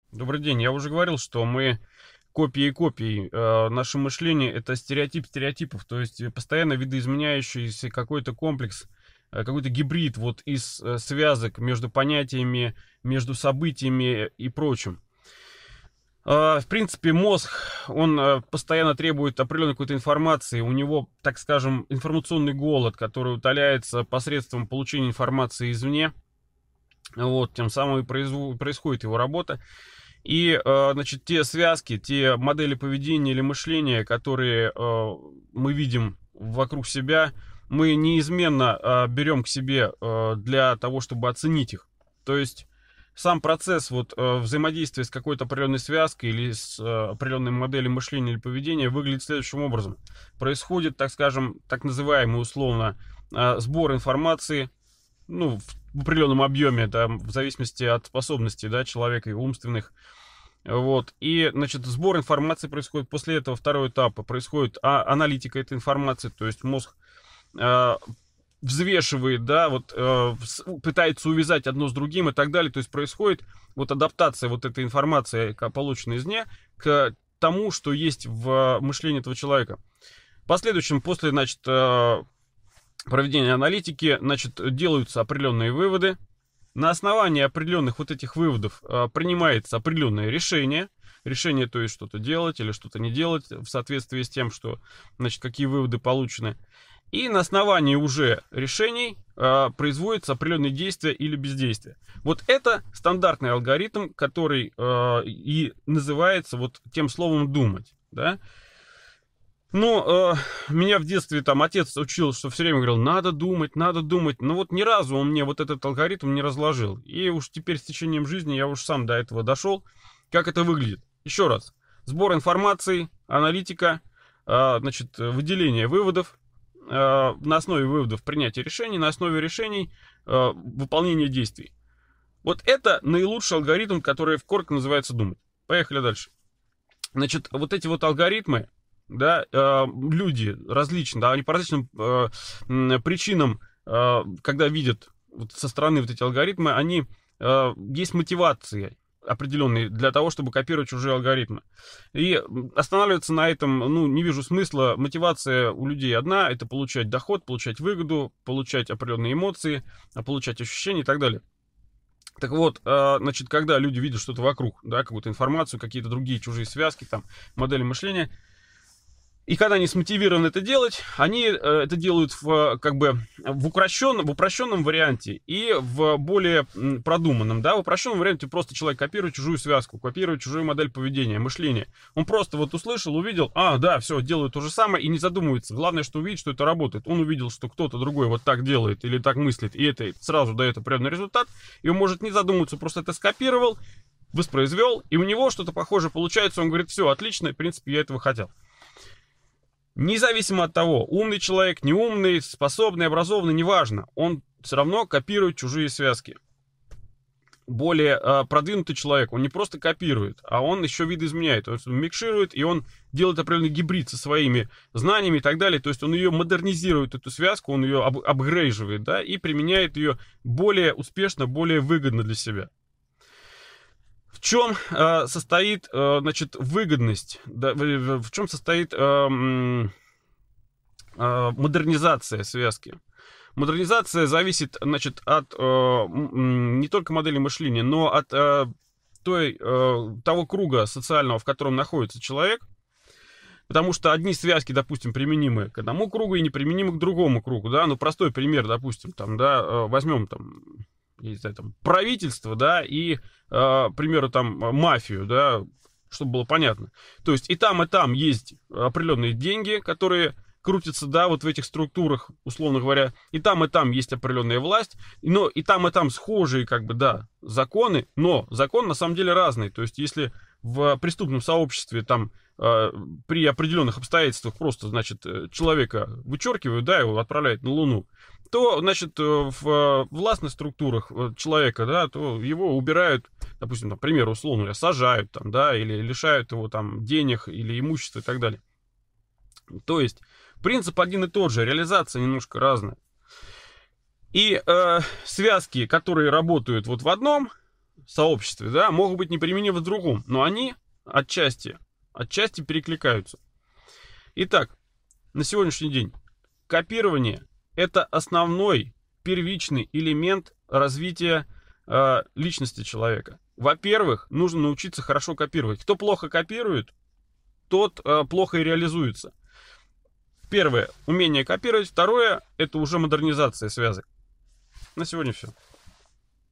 Добрый день. Я уже говорил, что мы копии копий. Наше мышление — это стереотип стереотипов, то есть постоянно видоизменяющийся какой-то комплекс, какой-то гибрид вот из связок между понятиями, между событиями и прочим. В принципе, мозг, он постоянно требует определенной какой-то информации. У него, так скажем, информационный голод, который утоляется посредством получения информации извне. Вот, тем самым и происходит его работа. И, значит, те связки, те модели поведения или мышления, которые мы видим вокруг себя, мы неизменно берем к себе для того, чтобы оценить их. То есть сам процесс вот, взаимодействия с какой-то определенной связкой или с определенной моделью мышления или поведения выглядит следующим образом. Происходит, так скажем, так называемый условно сбор информации, ну, в определенном объеме, там, в зависимости от способностей, да, человека и умственных. Вот. И, значит, сбор информации происходит. После этого второй этап происходит аналитика этой информации, то есть мозг взвешивает, да, вот пытается увязать одно с другим и так далее. То есть происходит вот адаптация вот этой информации, полученной извне, к тому, что есть в мышлении этого человека. В последующем, после, значит, проведения аналитики, значит, делаются определенные выводы. На основании определенных вот этих выводов принимается определенное решение. Решение, то есть что-то делать или что-то не делать в соответствии с тем, что, значит, какие выводы получены. И на основании уже решений производятся определенные действия или бездействия. Вот это стандартный алгоритм, который и называется вот тем словом «думать». Да? Ну, меня в детстве там отец учил, что все время говорил, надо думать, надо думать. Но вот ни разу он мне вот этот алгоритм не разложил. И уж теперь с течением жизни я уж сам до этого дошел. Как это выглядит? Еще раз. Сбор информации, аналитика, значит, выделение выводов, на основе выводов принятие решений, на основе решений выполнение действий. Вот это наилучший алгоритм, который коротко называется думать. Поехали дальше. Значит, вот эти вот алгоритмы, да, люди различные, да, они по различным причинам, когда видят вот со стороны вот эти алгоритмы, они есть мотивации определенные для того, чтобы копировать чужие алгоритмы. И останавливаться на этом, ну, не вижу смысла. Мотивация у людей одна — это получать доход, получать выгоду, получать определенные эмоции, получать ощущения и так далее. Так вот, значит, когда люди видят что-то вокруг, да, какую-то информацию, какие-то другие чужие связки, там, модели мышления, и когда они смотивированы это делать, они это делают как бы в упрощенном варианте и в более продуманном. Да? В упрощенном варианте просто человек копирует чужую связку, копирует чужую модель поведения, мышления. Он просто вот услышал, увидел, да, все, делает то же самое и не задумывается. Главное, что увидит, что это работает. Он увидел, что кто-то другой вот так делает или так мыслит, и это сразу дает определенный результат. И он может не задумываться, просто это скопировал, воспроизвел, и у него что-то похожее получается. Он говорит, все, отлично, в принципе, я этого хотел. Независимо от того, умный человек, неумный, способный, образованный, неважно, он все равно копирует чужие связки. Более продвинутый человек, он не просто копирует, а он еще видоизменяет, он микширует, и он делает определенный гибрид со своими знаниями и так далее. То есть он ее модернизирует, эту связку, он ее апгрейживает, да, и применяет ее более успешно, более выгодно для себя. В чем состоит, значит, выгодность, да, в чем состоит модернизация связки? Модернизация зависит, значит, от не только модели мышления, но от того круга социального, в котором находится человек. Потому что одни связки, допустим, применимы к одному кругу и неприменимы к другому кругу, да. Ну, простой пример, допустим, там, да, возьмем там, я не знаю, там, правительство, да, и, к примеру, там, мафию, да, чтобы было понятно. То есть и там есть определенные деньги, которые крутятся, да, вот в этих структурах, условно говоря, и там есть определенная власть, но и там схожие, как бы, да, законы, но закон на самом деле разный. То есть если в преступном сообществе там при определенных обстоятельствах просто, значит, человека вычеркивают, да, его отправляют на Луну, то, значит, в властных структурах человека, да, то его убирают, допустим, например, условно говоря, сажают там, да, или лишают его там денег или имущества и так далее. То есть принцип один и тот же, реализация немножко разная. И связки, которые работают вот в одном сообществе, да, могут быть неприменимы в другом, но они отчасти перекликаются. Итак, на сегодняшний день копирование – это основной первичный элемент развития личности человека. Во-первых, нужно научиться хорошо копировать. Кто плохо копирует, тот плохо и реализуется. Первое – умение копировать. Второе – это уже модернизация связок. На сегодня все.